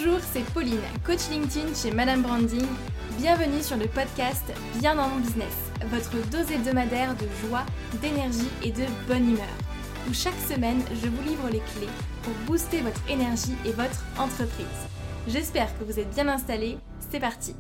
Bonjour, c'est Pauline, coach LinkedIn chez Madame Branding. Bienvenue sur le podcast Bien dans mon business, votre dose hebdomadaire de joie, d'énergie et de bonne humeur, où chaque semaine, je vous livre les clés pour booster votre énergie et votre entreprise. J'espère que vous êtes bien installés, c'est parti.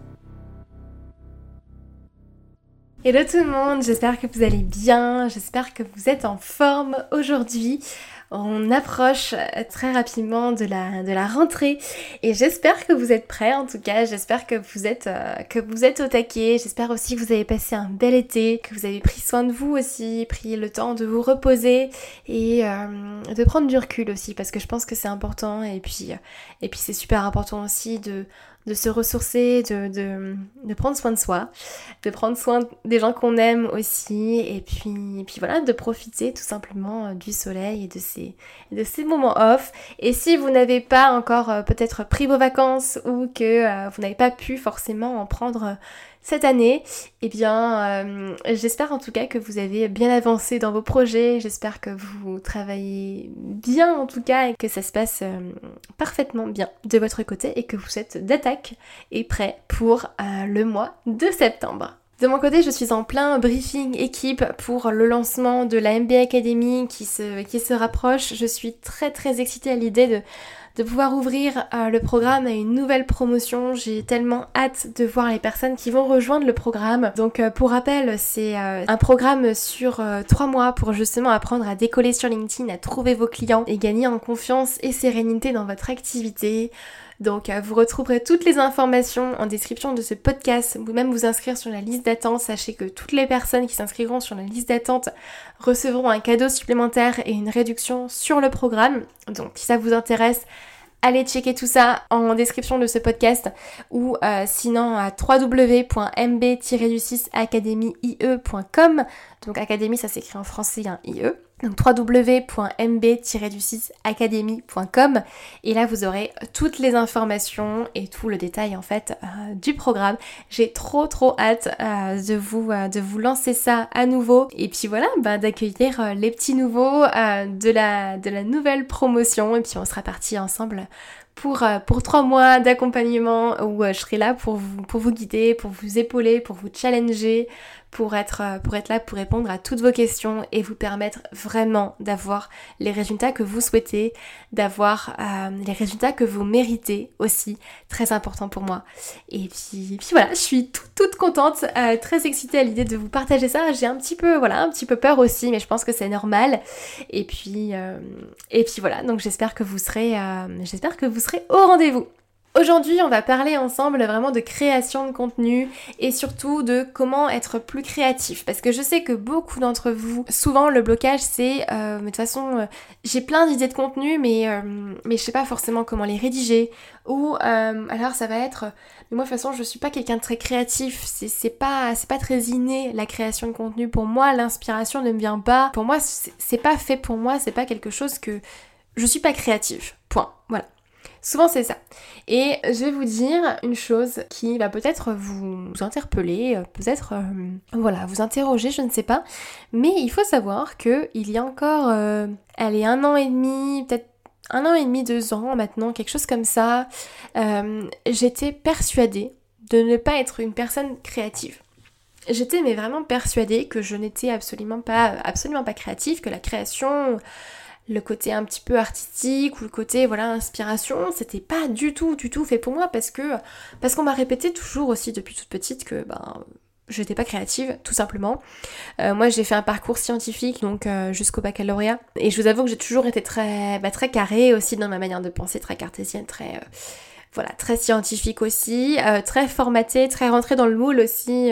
Hello tout le monde, j'espère que vous allez bien, j'espère que vous êtes en forme aujourd'hui. On approche très rapidement de la rentrée et j'espère que vous êtes prêts, en tout cas j'espère que vous êtes au taquet, j'espère aussi que vous avez passé un bel été, que vous avez pris soin de vous aussi, pris le temps de vous reposer et de prendre du recul aussi parce que je pense que c'est important et puis c'est super important aussi de se ressourcer, de prendre soin de soi, de prendre soin des gens qu'on aime aussi et puis voilà, de profiter tout simplement du soleil et de ces moments off. Et si vous n'avez pas encore peut-être pris vos vacances ou que vous n'avez pas pu forcément en prendre cette année, eh bien j'espère en tout cas que vous avez bien avancé dans vos projets, j'espère que vous travaillez bien en tout cas et que ça se passe parfaitement bien de votre côté et que vous êtes d'attaque et prêt pour le mois de septembre. De mon côté, je suis en plein briefing équipe pour le lancement de la MBA Academy qui se rapproche. Je suis très très excitée à l'idée de pouvoir ouvrir le programme à une nouvelle promotion. J'ai tellement hâte de voir les personnes qui vont rejoindre le programme. Donc pour rappel, c'est un programme sur 3 mois pour justement apprendre à décoller sur LinkedIn, à trouver vos clients et gagner en confiance et sérénité dans votre activité. Donc vous retrouverez toutes les informations en description de ce podcast, ou même vous inscrire sur la liste d'attente. Sachez que toutes les personnes qui s'inscriront sur la liste d'attente recevront un cadeau supplémentaire et une réduction sur le programme. Donc si ça vous intéresse, allez checker tout ça en description de ce podcast ou sinon à www.mb-academie.com. Donc académie ça s'écrit en français, un IE. Donc www.mb-academie.com et là vous aurez toutes les informations et tout le détail en fait du programme. J'ai trop hâte de vous lancer ça à nouveau et puis voilà, d'accueillir les petits nouveaux de la nouvelle promotion et puis on sera partis ensemble pour 3 mois d'accompagnement où je serai là pour vous guider, pour vous épauler, pour vous challenger, pour être là pour répondre à toutes vos questions et vous permettre vraiment d'avoir les résultats que vous souhaitez, d'avoir les résultats que vous méritez aussi, très important pour moi. Et puis voilà, je suis toute contente, très excitée à l'idée de vous partager ça. J'ai un petit peu peur aussi, mais je pense que c'est normal. Et puis voilà, donc j'espère que vous serez au rendez-vous. Aujourd'hui, on va parler ensemble vraiment de création de contenu et surtout de comment être plus créatif. Parce que je sais que beaucoup d'entre vous, souvent le blocage c'est mais de toute façon j'ai plein d'idées de contenu mais je sais pas forcément comment les rédiger. Ou alors ça va être mais moi de toute façon je suis pas quelqu'un de très créatif, c'est pas très inné la création de contenu. Pour moi l'inspiration ne me vient pas. Pour moi c'est pas fait pour moi, c'est pas quelque chose que je suis pas créative. Point. Voilà. Souvent c'est ça. Et je vais vous dire une chose qui va peut-être vous interpeller, peut-être vous interroger, je ne sais pas. Mais il faut savoir que il y a encore 1 an et demi, peut-être 1 an et demi, 2 ans maintenant, quelque chose comme ça, j'étais persuadée de ne pas être une personne créative. J'étais mais vraiment persuadée que je n'étais absolument pas créative, que la création, le côté un petit peu artistique ou le côté inspiration, c'était pas du tout fait pour moi parce qu'on m'a répété toujours aussi depuis toute petite que j'étais pas créative tout simplement. Moi j'ai fait un parcours scientifique donc jusqu'au baccalauréat et je vous avoue que j'ai toujours été très carrée aussi dans ma manière de penser, très cartésienne, très scientifique aussi, très formaté, très rentré dans le moule aussi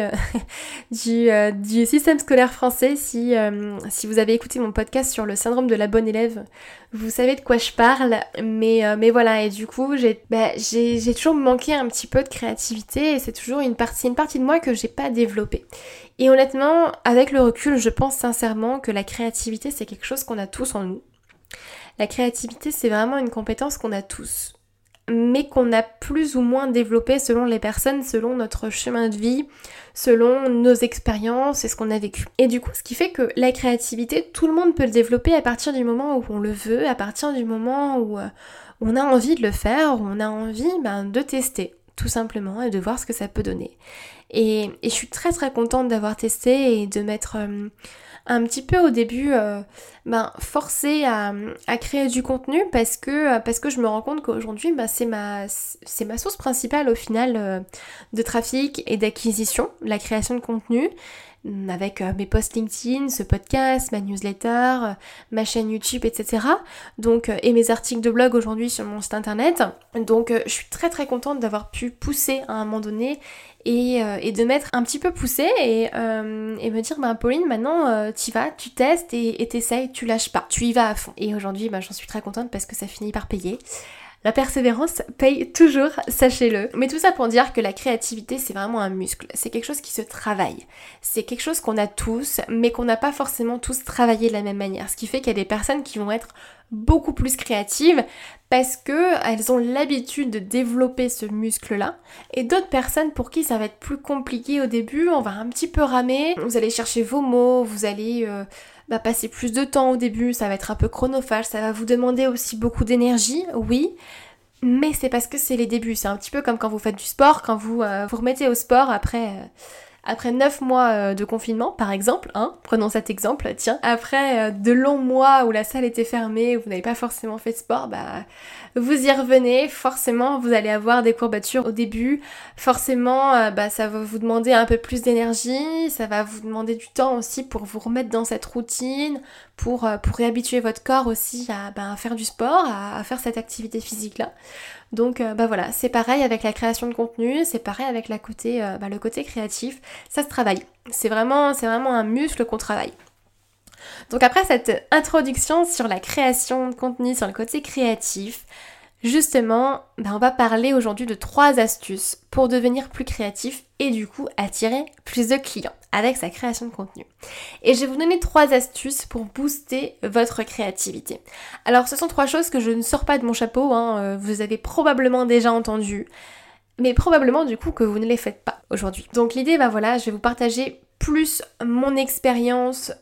du système scolaire français. Si vous avez écouté mon podcast sur le syndrome de la bonne élève, vous savez de quoi je parle. Mais voilà, et du coup j'ai toujours manqué un petit peu de créativité et c'est toujours une partie de moi que j'ai pas développée. Et honnêtement, avec le recul, je pense sincèrement que la créativité c'est quelque chose qu'on a tous en nous. La créativité c'est vraiment une compétence qu'on a tous, mais qu'on a plus ou moins développé selon les personnes, selon notre chemin de vie, selon nos expériences et ce qu'on a vécu. Et du coup, ce qui fait que la créativité, tout le monde peut le développer à partir du moment où on le veut, à partir du moment où on a envie de le faire, on a envie de tester tout simplement et de voir ce que ça peut donner. Et je suis très très contente d'avoir testé et de m'être un petit peu au début forcée à créer du contenu parce que je me rends compte qu'aujourd'hui c'est ma source principale au final de trafic et d'acquisition, la création de contenu. Avec mes posts LinkedIn, ce podcast, ma newsletter, ma chaîne YouTube, etc. Donc, et mes articles de blog aujourd'hui sur mon site internet. Donc je suis très très contente d'avoir pu pousser à un moment donné et de m'être un petit peu poussée et me dire Pauline, maintenant t'y vas, tu testes et t'essayes, tu lâches pas, tu y vas à fond. Et aujourd'hui j'en suis très contente parce que ça finit par payer. La persévérance paye toujours, sachez-le. Mais tout ça pour dire que la créativité, c'est vraiment un muscle. C'est quelque chose qui se travaille. C'est quelque chose qu'on a tous, mais qu'on n'a pas forcément tous travaillé de la même manière. Ce qui fait qu'il y a des personnes qui vont être beaucoup plus créatives parce qu'elles ont l'habitude de développer ce muscle-là. Et d'autres personnes pour qui ça va être plus compliqué au début, on va un petit peu ramer. Vous allez chercher vos mots, vous allez passer plus de temps au début, ça va être un peu chronophage, ça va vous demander aussi beaucoup d'énergie, oui. Mais c'est parce que c'est les débuts, c'est un petit peu comme quand vous faites du sport, quand vous vous remettez au sport après 9 mois de confinement, par exemple, prenons cet exemple, tiens, après de longs mois où la salle était fermée, où vous n'avez pas forcément fait de sport, vous y revenez, forcément vous allez avoir des courbatures au début, forcément ça va vous demander un peu plus d'énergie, ça va vous demander du temps aussi pour vous remettre dans cette routine, pour réhabituer votre corps aussi à faire du sport, à faire cette activité physique-là. Donc voilà, c'est pareil avec la création de contenu, c'est pareil avec le côté créatif, ça se travaille. C'est vraiment un muscle qu'on travaille. Donc après cette introduction sur la création de contenu, sur le côté créatif, justement, on va parler aujourd'hui de 3 astuces pour devenir plus créatif et du coup attirer plus de clients avec sa création de contenu. Et je vais vous donner 3 astuces pour booster votre créativité. Alors ce sont 3 choses que je ne sors pas de mon chapeau, vous avez probablement déjà entendu, mais probablement du coup que vous ne les faites pas aujourd'hui. Donc l'idée, je vais vous partager plus mon expérience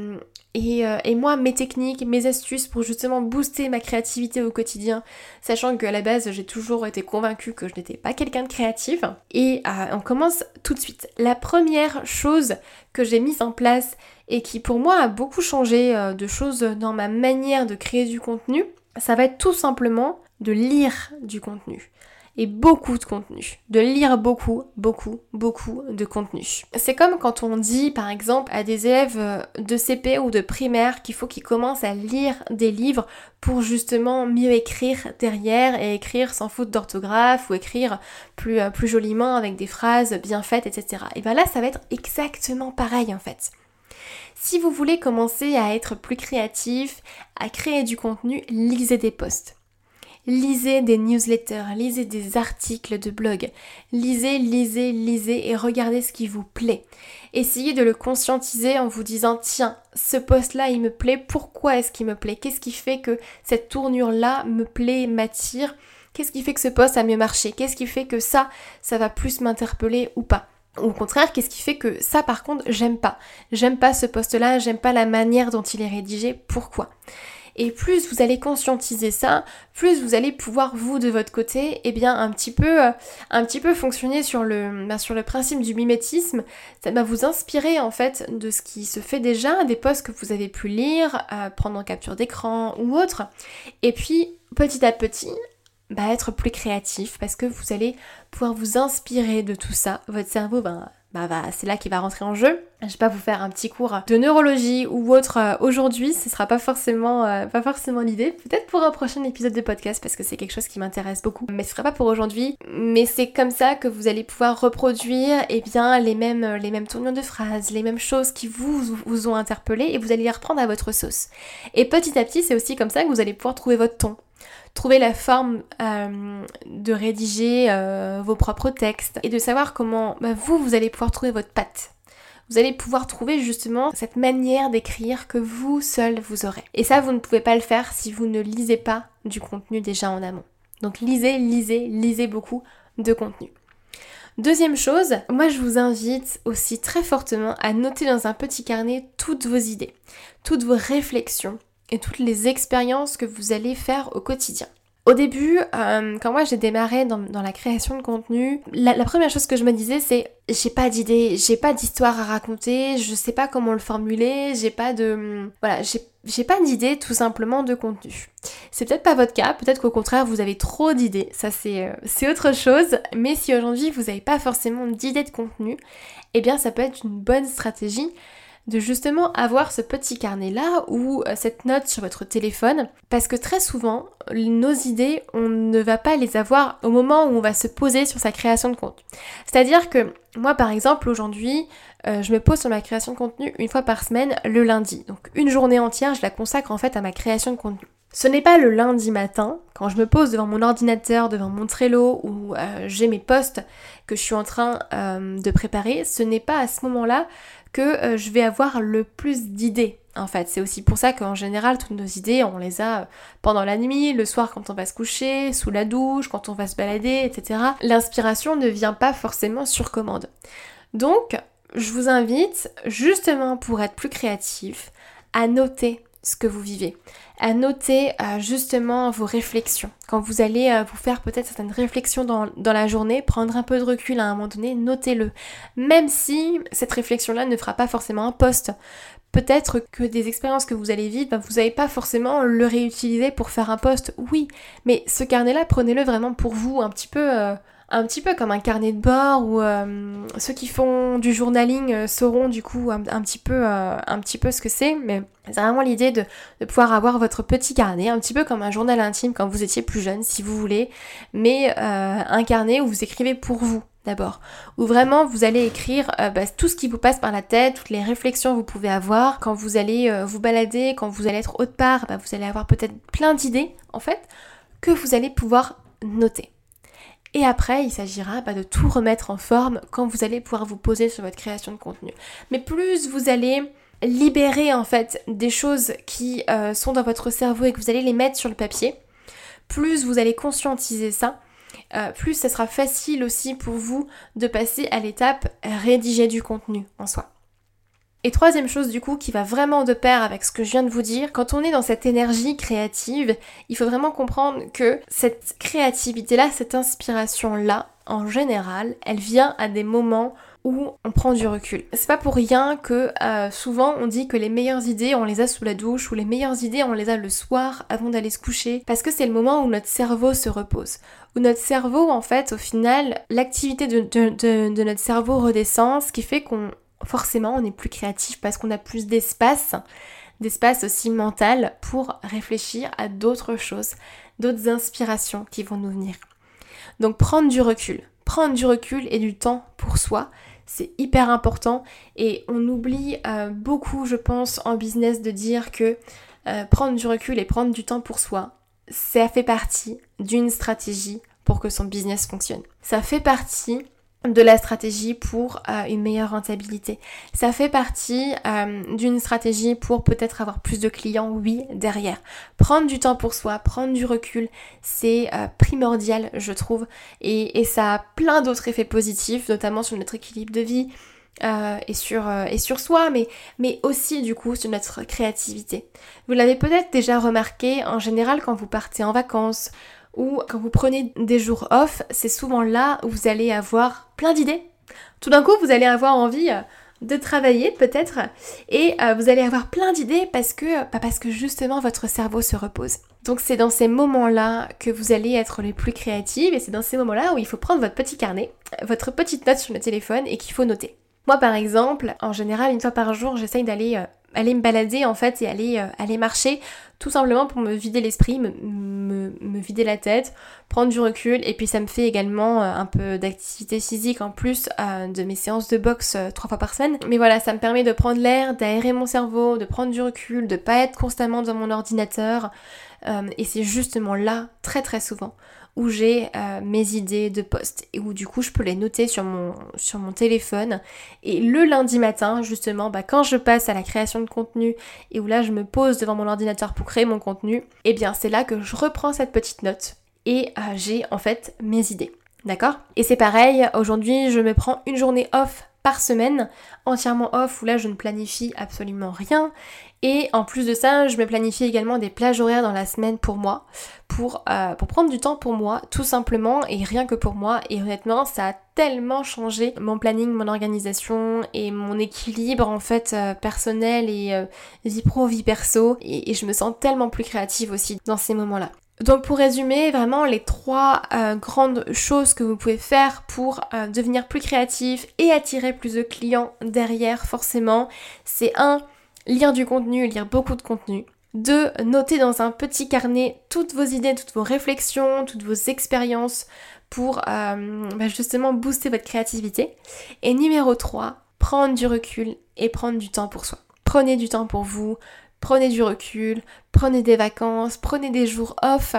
et moi mes techniques, mes astuces pour justement booster ma créativité au quotidien, sachant qu'à la base j'ai toujours été convaincue que je n'étais pas quelqu'un de créatif. Et on commence tout de suite. La première chose que j'ai mise en place et qui pour moi a beaucoup changé de choses dans ma manière de créer du contenu, ça va être tout simplement de lire du contenu. Et beaucoup de contenu. De lire beaucoup de contenu. C'est comme quand on dit par exemple à des élèves de CP ou de primaire qu'il faut qu'ils commencent à lire des livres pour justement mieux écrire derrière et écrire sans faute d'orthographe ou écrire plus joliment avec des phrases bien faites, etc. Et là ça va être exactement pareil en fait. Si vous voulez commencer à être plus créatif, à créer du contenu, lisez des posts. Lisez des newsletters, lisez des articles de blog, lisez et regardez ce qui vous plaît. Essayez de le conscientiser en vous disant tiens, ce post-là il me plaît, pourquoi est-ce qu'il me plaît? Qu'est-ce qui fait que cette tournure-là me plaît, m'attire? Qu'est-ce qui fait que ce post a mieux marché? Qu'est-ce qui fait que ça va plus m'interpeller ou pas? Ou au contraire, qu'est-ce qui fait que ça par contre j'aime pas? J'aime pas ce post-là, j'aime pas la manière dont il est rédigé, pourquoi? Et plus vous allez conscientiser ça, plus vous allez pouvoir, vous, de votre côté, un petit peu fonctionner sur le principe du mimétisme. Ça va vous inspirer, en fait, de ce qui se fait déjà, des posts que vous avez pu lire, prendre en capture d'écran ou autre. Et puis, petit à petit, être plus créatif, parce que vous allez pouvoir vous inspirer de tout ça. Votre cerveau c'est là qu'il va rentrer en jeu. Je vais pas vous faire un petit cours de neurologie ou autre aujourd'hui, ce sera pas forcément l'idée. Peut-être pour un prochain épisode de podcast parce que c'est quelque chose qui m'intéresse beaucoup. Mais ce sera pas pour aujourd'hui. Mais c'est comme ça que vous allez pouvoir reproduire les mêmes tournures de phrases, les mêmes choses qui vous ont interpellé et vous allez les reprendre à votre sauce. Et petit à petit, c'est aussi comme ça que vous allez pouvoir trouver votre ton. Trouver la forme de rédiger vos propres textes et de savoir comment vous allez pouvoir trouver votre patte. Vous allez pouvoir trouver justement cette manière d'écrire que vous seul vous aurez. Et ça, vous ne pouvez pas le faire si vous ne lisez pas du contenu déjà en amont. Donc lisez beaucoup de contenu. Deuxième chose, moi je vous invite aussi très fortement à noter dans un petit carnet toutes vos idées, toutes vos réflexions et toutes les expériences que vous allez faire au quotidien. Au début, quand moi j'ai démarré dans la création de contenu, la première chose que je me disais c'est j'ai pas d'idée, j'ai pas d'histoire à raconter, je sais pas comment le formuler, j'ai pas d'idée tout simplement de contenu. C'est peut-être pas votre cas, peut-être qu'au contraire vous avez trop d'idées, ça c'est autre chose, mais si aujourd'hui vous n'avez pas forcément d'idées de contenu, eh bien ça peut être une bonne stratégie de justement avoir ce petit carnet-là ou cette note sur votre téléphone, parce que très souvent, nos idées, on ne va pas les avoir au moment où on va se poser sur sa création de contenu. C'est-à-dire que moi, par exemple, aujourd'hui, je me pose sur ma création de contenu une fois par semaine, le lundi. Donc une journée entière, je la consacre en fait à ma création de contenu. Ce n'est pas le lundi matin, quand je me pose devant mon ordinateur, devant mon Trello, où j'ai mes posts que je suis en train de préparer, ce n'est pas à ce moment-là que je vais avoir le plus d'idées. En fait, c'est aussi pour ça qu'en général, toutes nos idées, on les a pendant la nuit, le soir quand on va se coucher, sous la douche, quand on va se balader, etc. L'inspiration ne vient pas forcément sur commande. Donc, je vous invite, justement pour être plus créatif, à noter ce que vous vivez, à noter justement vos réflexions. Quand vous allez vous faire peut-être certaines réflexions dans la journée, prendre un peu de recul à un moment donné, notez-le. Même si cette réflexion-là ne fera pas forcément un post. Peut-être que des expériences que vous allez vivre, vous n'allez pas forcément le réutiliser pour faire un post, oui, mais ce carnet-là, prenez-le vraiment pour vous, un petit peu comme un carnet de bord où ceux qui font du journaling sauront du coup un petit peu ce que c'est, mais c'est vraiment l'idée de pouvoir avoir votre petit carnet, un petit peu comme un journal intime quand vous étiez plus jeune si vous voulez, mais un carnet où vous écrivez pour vous d'abord, où vraiment vous allez écrire tout ce qui vous passe par la tête, toutes les réflexions que vous pouvez avoir, quand vous allez vous balader, quand vous allez être autre part, vous allez avoir peut-être plein d'idées en fait, que vous allez pouvoir noter. Et après, il s'agira de tout remettre en forme quand vous allez pouvoir vous poser sur votre création de contenu. Mais plus vous allez libérer en fait des choses qui sont dans votre cerveau et que vous allez les mettre sur le papier, plus vous allez conscientiser ça, plus ça sera facile aussi pour vous de passer à l'étape rédiger du contenu en soi. Et troisième chose du coup qui va vraiment de pair avec ce que je viens de vous dire, quand on est dans cette énergie créative, il faut vraiment comprendre que cette créativité-là, cette inspiration-là, en général, elle vient à des moments où on prend du recul. C'est pas pour rien que souvent on dit que les meilleures idées on les a sous la douche ou les meilleures idées on les a le soir avant d'aller se coucher, parce que c'est le moment où notre cerveau se repose. Où notre cerveau en fait au final, l'activité de notre cerveau redescend, ce qui fait qu'on forcément on est plus créatif parce qu'on a plus d'espace aussi mental pour réfléchir à d'autres choses, d'autres inspirations qui vont nous venir. Donc prendre du recul et du temps pour soi, c'est hyper important et on oublie beaucoup je pense en business de dire que prendre du recul et prendre du temps pour soi, ça fait partie d'une stratégie pour que son business fonctionne. Ça fait partie de la stratégie pour une meilleure rentabilité. Ça fait partie d'une stratégie pour peut-être avoir plus de clients, oui, derrière. Prendre du temps pour soi, prendre du recul, c'est primordial, je trouve. Et ça a plein d'autres effets positifs, notamment sur notre équilibre de vie et sur soi, mais aussi du coup sur notre créativité. Vous l'avez peut-être déjà remarqué, en général quand vous partez en vacances, ou quand vous prenez des jours off, c'est souvent là où vous allez avoir plein d'idées. Tout d'un coup, vous allez avoir envie de travailler peut-être et vous allez avoir plein d'idées parce que justement votre cerveau se repose. Donc c'est dans ces moments-là que vous allez être les plus créatives et c'est dans ces moments-là où il faut prendre votre petit carnet, votre petite note sur le téléphone et qu'il faut noter. Moi par exemple, en général, une fois par jour, j'essaye d'aller me balader en fait et aller marcher tout simplement pour me vider l'esprit, me vider la tête, prendre du recul et puis ça me fait également un peu d'activité physique en plus de mes séances de boxe 3 fois par semaine. Mais voilà, ça me permet de prendre l'air, d'aérer mon cerveau, de prendre du recul, de pas être constamment devant mon ordinateur et c'est justement là, très très souvent, où j'ai mes idées de posts et où du coup je peux les noter sur mon téléphone et le lundi matin justement quand je passe à la création de contenu et où là je me pose devant mon ordinateur pour créer mon contenu, et bien c'est là que je reprends cette petite note et j'ai en fait mes idées, d'accord ? Et c'est pareil, aujourd'hui je me prends une journée off par semaine, entièrement off, où là je ne planifie absolument rien. Et en plus de ça, je me planifie également des plages horaires dans la semaine pour moi, pour prendre du temps pour moi, tout simplement, et rien que pour moi. Et honnêtement, ça a tellement changé mon planning, mon organisation et mon équilibre en fait personnel et vie pro, vie perso. Et je me sens tellement plus créative aussi dans ces moments-là. Donc pour résumer, vraiment les 3 grandes choses que vous pouvez faire pour devenir plus créatif et attirer plus de clients derrière forcément, c'est 1. Lire du contenu, lire beaucoup de contenu. 2. Noter dans un petit carnet toutes vos idées, toutes vos réflexions, toutes vos expériences pour justement booster votre créativité. Et numéro 3, prendre du recul et prendre du temps pour soi. Prenez du temps pour vous, prenez du recul, prenez des vacances, prenez des jours off.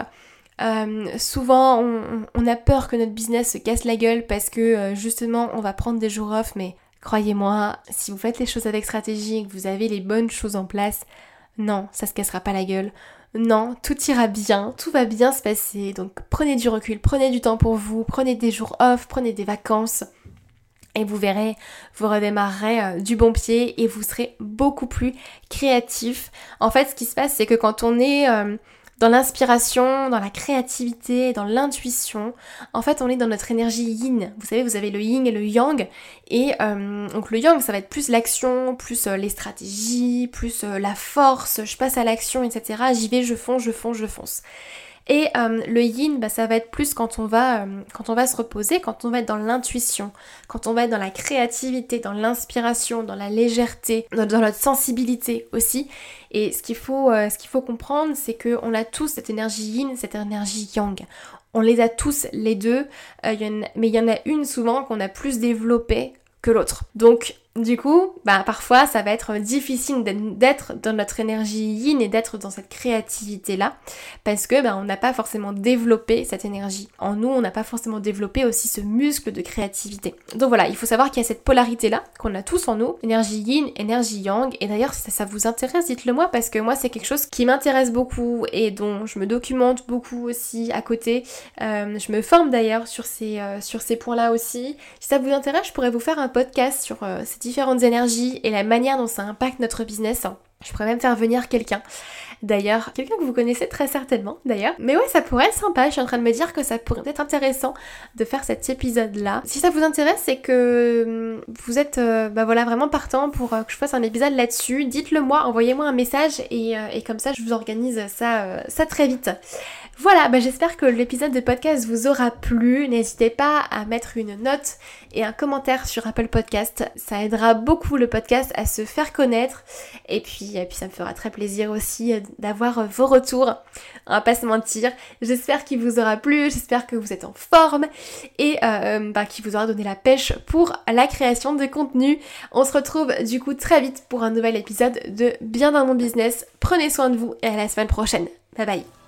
Souvent on a peur que notre business se casse la gueule parce que justement on va prendre des jours off, mais croyez-moi, si vous faites les choses avec stratégie et que vous avez les bonnes choses en place, non, ça se cassera pas la gueule. Non, tout ira bien, tout va bien se passer. Donc prenez du recul, prenez du temps pour vous, prenez des jours off, prenez des vacances. Et vous verrez, vous redémarrerez du bon pied et vous serez beaucoup plus créatif. En fait, ce qui se passe, c'est que quand on est dans l'inspiration, dans la créativité, dans l'intuition, en fait, on est dans notre énergie yin. Vous savez, vous avez le yin et le yang. Et donc le yang, ça va être plus l'action, plus les stratégies, plus la force. Je passe à l'action, etc. J'y vais, je fonce. Et le yin, ça va être plus quand on va se reposer, quand on va être dans l'intuition, quand on va être dans la créativité, dans l'inspiration, dans la légèreté, dans notre sensibilité aussi. Et ce qu'il faut comprendre, c'est qu'on a tous cette énergie yin, cette énergie yang. On les a tous les deux, mais il y en a une souvent qu'on a plus développée que l'autre. Donc du coup, parfois ça va être difficile d'être dans notre énergie yin et d'être dans cette créativité-là parce que on n'a pas forcément développé cette énergie. En nous, on n'a pas forcément développé aussi ce muscle de créativité. Donc voilà, il faut savoir qu'il y a cette polarité-là qu'on a tous en nous, énergie yin, énergie yang. Et d'ailleurs, si ça vous intéresse, dites-le moi parce que moi, c'est quelque chose qui m'intéresse beaucoup et dont je me documente beaucoup aussi à côté. Je me forme d'ailleurs sur ces points-là aussi. Si ça vous intéresse, je pourrais vous faire un podcast sur ces différentes énergies et la manière dont ça impacte notre business. Je pourrais même faire venir quelqu'un que vous connaissez très certainement d'ailleurs. Mais ouais, ça pourrait être sympa, je suis en train de me dire que ça pourrait être intéressant de faire cet épisode-là. Si ça vous intéresse, c'est que vous êtes vraiment partant pour que je fasse un épisode là-dessus, dites-le moi, envoyez-moi un message et comme ça je vous organise ça très vite. Voilà, j'espère que l'épisode de podcast vous aura plu. N'hésitez pas à mettre une note et un commentaire sur Apple Podcast. Ça aidera beaucoup le podcast à se faire connaître. Et puis ça me fera très plaisir aussi d'avoir vos retours. On va pas se mentir. J'espère qu'il vous aura plu, j'espère que vous êtes en forme et qu'il vous aura donné la pêche pour la création de contenu. On se retrouve du coup très vite pour un nouvel épisode de Bien dans mon business. Prenez soin de vous et à la semaine prochaine. Bye bye.